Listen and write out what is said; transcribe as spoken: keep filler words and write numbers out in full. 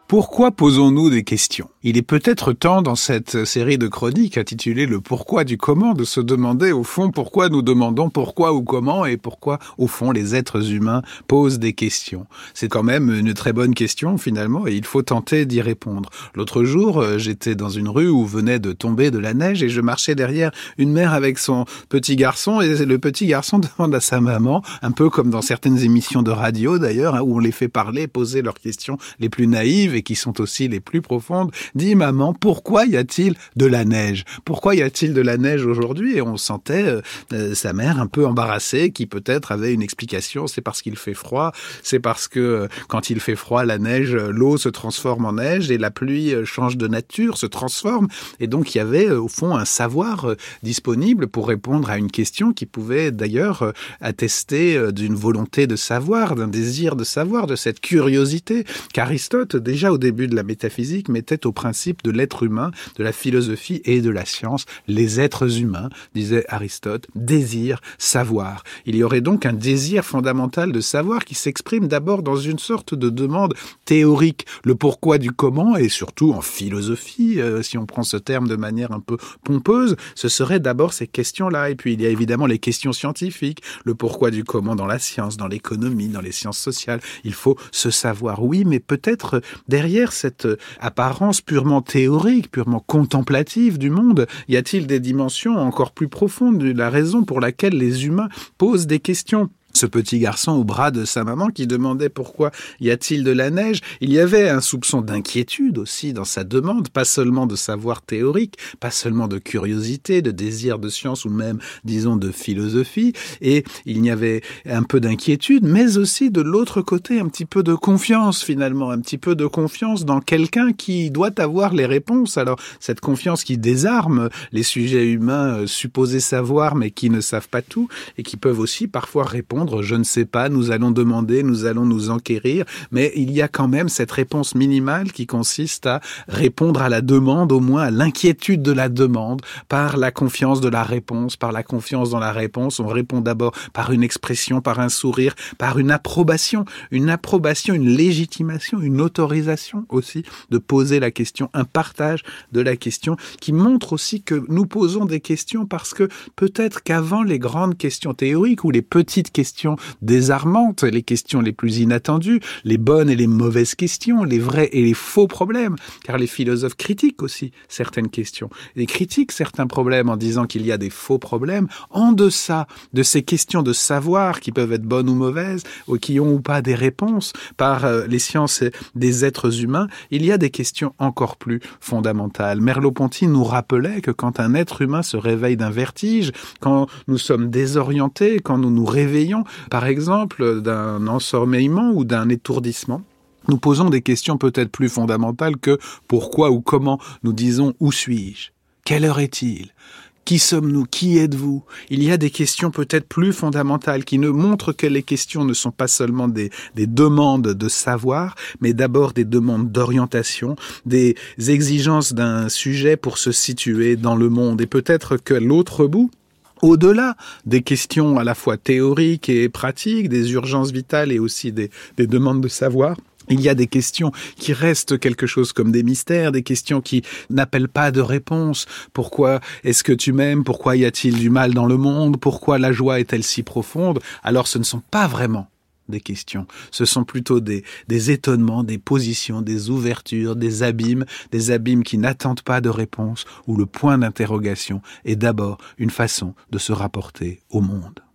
Pourquoi posons-nous des questions ? Il est peut-être temps dans cette série de chroniques intitulée « Le pourquoi du comment » de se demander au fond pourquoi nous demandons pourquoi ou comment et pourquoi au fond les êtres humains posent des questions. C'est quand même une très bonne question finalement et il faut tenter d'y répondre. L'autre jour, j'étais dans une rue où venait de tomber de la neige et je marchais derrière une mère avec son petit garçon et le petit garçon demande à sa maman, un peu comme dans certaines émissions de radio d'ailleurs, hein, où on les fait parler, poser leurs questions les plus naïves et qui sont aussi les plus profondes, dit maman, pourquoi y a-t-il de la neige ? Pourquoi y a-t-il de la neige aujourd'hui ? Et on sentait euh, sa mère un peu embarrassée, qui peut-être avait une explication, c'est parce qu'il fait froid, c'est parce que euh, quand il fait froid, la neige, l'eau se transforme en neige et la pluie euh, change de nature, se transforme. Et donc il y avait euh, au fond un savoir euh, disponible pour répondre à une question qui pouvait d'ailleurs euh, attester euh, d'une volonté de savoir, d'un désir de savoir, de cette curiosité qu'Aristote, déjà au début de la métaphysique, mettait au principe de l'être humain, de la philosophie et de la science. Les êtres humains, disait Aristote, désirent savoir. Il y aurait donc un désir fondamental de savoir qui s'exprime d'abord dans une sorte de demande théorique, le pourquoi du comment, et surtout en philosophie, euh, si on prend ce terme de manière un peu pompeuse, ce serait d'abord ces questions-là. Et puis il y a évidemment les questions scientifiques, le pourquoi du comment dans la science, dans l'économie, dans les sciences sociales. Il faut se savoir, oui, mais peut-être derrière cette apparence purement théorique, purement contemplative du monde, y a-t-il des dimensions encore plus profondes de la raison pour laquelle les humains posent des questions ? Ce petit garçon au bras de sa maman qui demandait pourquoi y a-t-il de la neige, il y avait un soupçon d'inquiétude aussi dans sa demande, pas seulement de savoir théorique, pas seulement de curiosité, de désir de science ou même, disons, de philosophie, et il y avait un peu d'inquiétude, mais aussi de l'autre côté un petit peu de confiance finalement, un petit peu de confiance dans quelqu'un qui doit avoir les réponses. Alors cette confiance qui désarme les sujets humains supposés savoir mais qui ne savent pas tout et qui peuvent aussi parfois répondre je ne sais pas, nous allons demander, nous allons nous enquérir, mais il y a quand même cette réponse minimale qui consiste à répondre à la demande, au moins à l'inquiétude de la demande, par la confiance de la réponse, par la confiance dans la réponse. On répond d'abord par une expression, par un sourire, par une approbation, une approbation, une légitimation, une autorisation aussi de poser la question, un partage de la question qui montre aussi que nous posons des questions parce que peut-être qu'avant les grandes questions théoriques ou les petites questions questions désarmantes, les questions les plus inattendues, les bonnes et les mauvaises questions, les vrais et les faux problèmes, car les philosophes critiquent aussi certaines questions. Ils critiquent certains problèmes en disant qu'il y a des faux problèmes en deçà de ces questions de savoir qui peuvent être bonnes ou mauvaises, ou qui ont ou pas des réponses par euh, les sciences des êtres humains. Il y a des questions encore plus fondamentales. Merleau-Ponty nous rappelait que quand un être humain se réveille d'un vertige, quand nous sommes désorientés, quand nous nous réveillons, par exemple, d'un ensommeillement ou d'un étourdissement, nous posons des questions peut-être plus fondamentales que pourquoi ou comment. Nous disons où suis-je ? Quelle heure est-il ? Qui sommes-nous ? Qui êtes-vous ? Il y a des questions peut-être plus fondamentales qui ne montrent que les questions ne sont pas seulement des, des demandes de savoir, mais d'abord des demandes d'orientation, des exigences d'un sujet pour se situer dans le monde. Et peut-être que l'autre bout, au-delà des questions à la fois théoriques et pratiques, des urgences vitales et aussi des, des demandes de savoir, il y a des questions qui restent quelque chose comme des mystères, des questions qui n'appellent pas de réponse. Pourquoi est-ce que tu m'aimes ? Pourquoi y a-t-il du mal dans le monde ? Pourquoi la joie est-elle si profonde ? Alors ce ne sont pas vraiment des questions. Ce sont plutôt des, des étonnements, des positions, des ouvertures, des abîmes, des abîmes qui n'attendent pas de réponse, où le point d'interrogation est d'abord une façon de se rapporter au monde.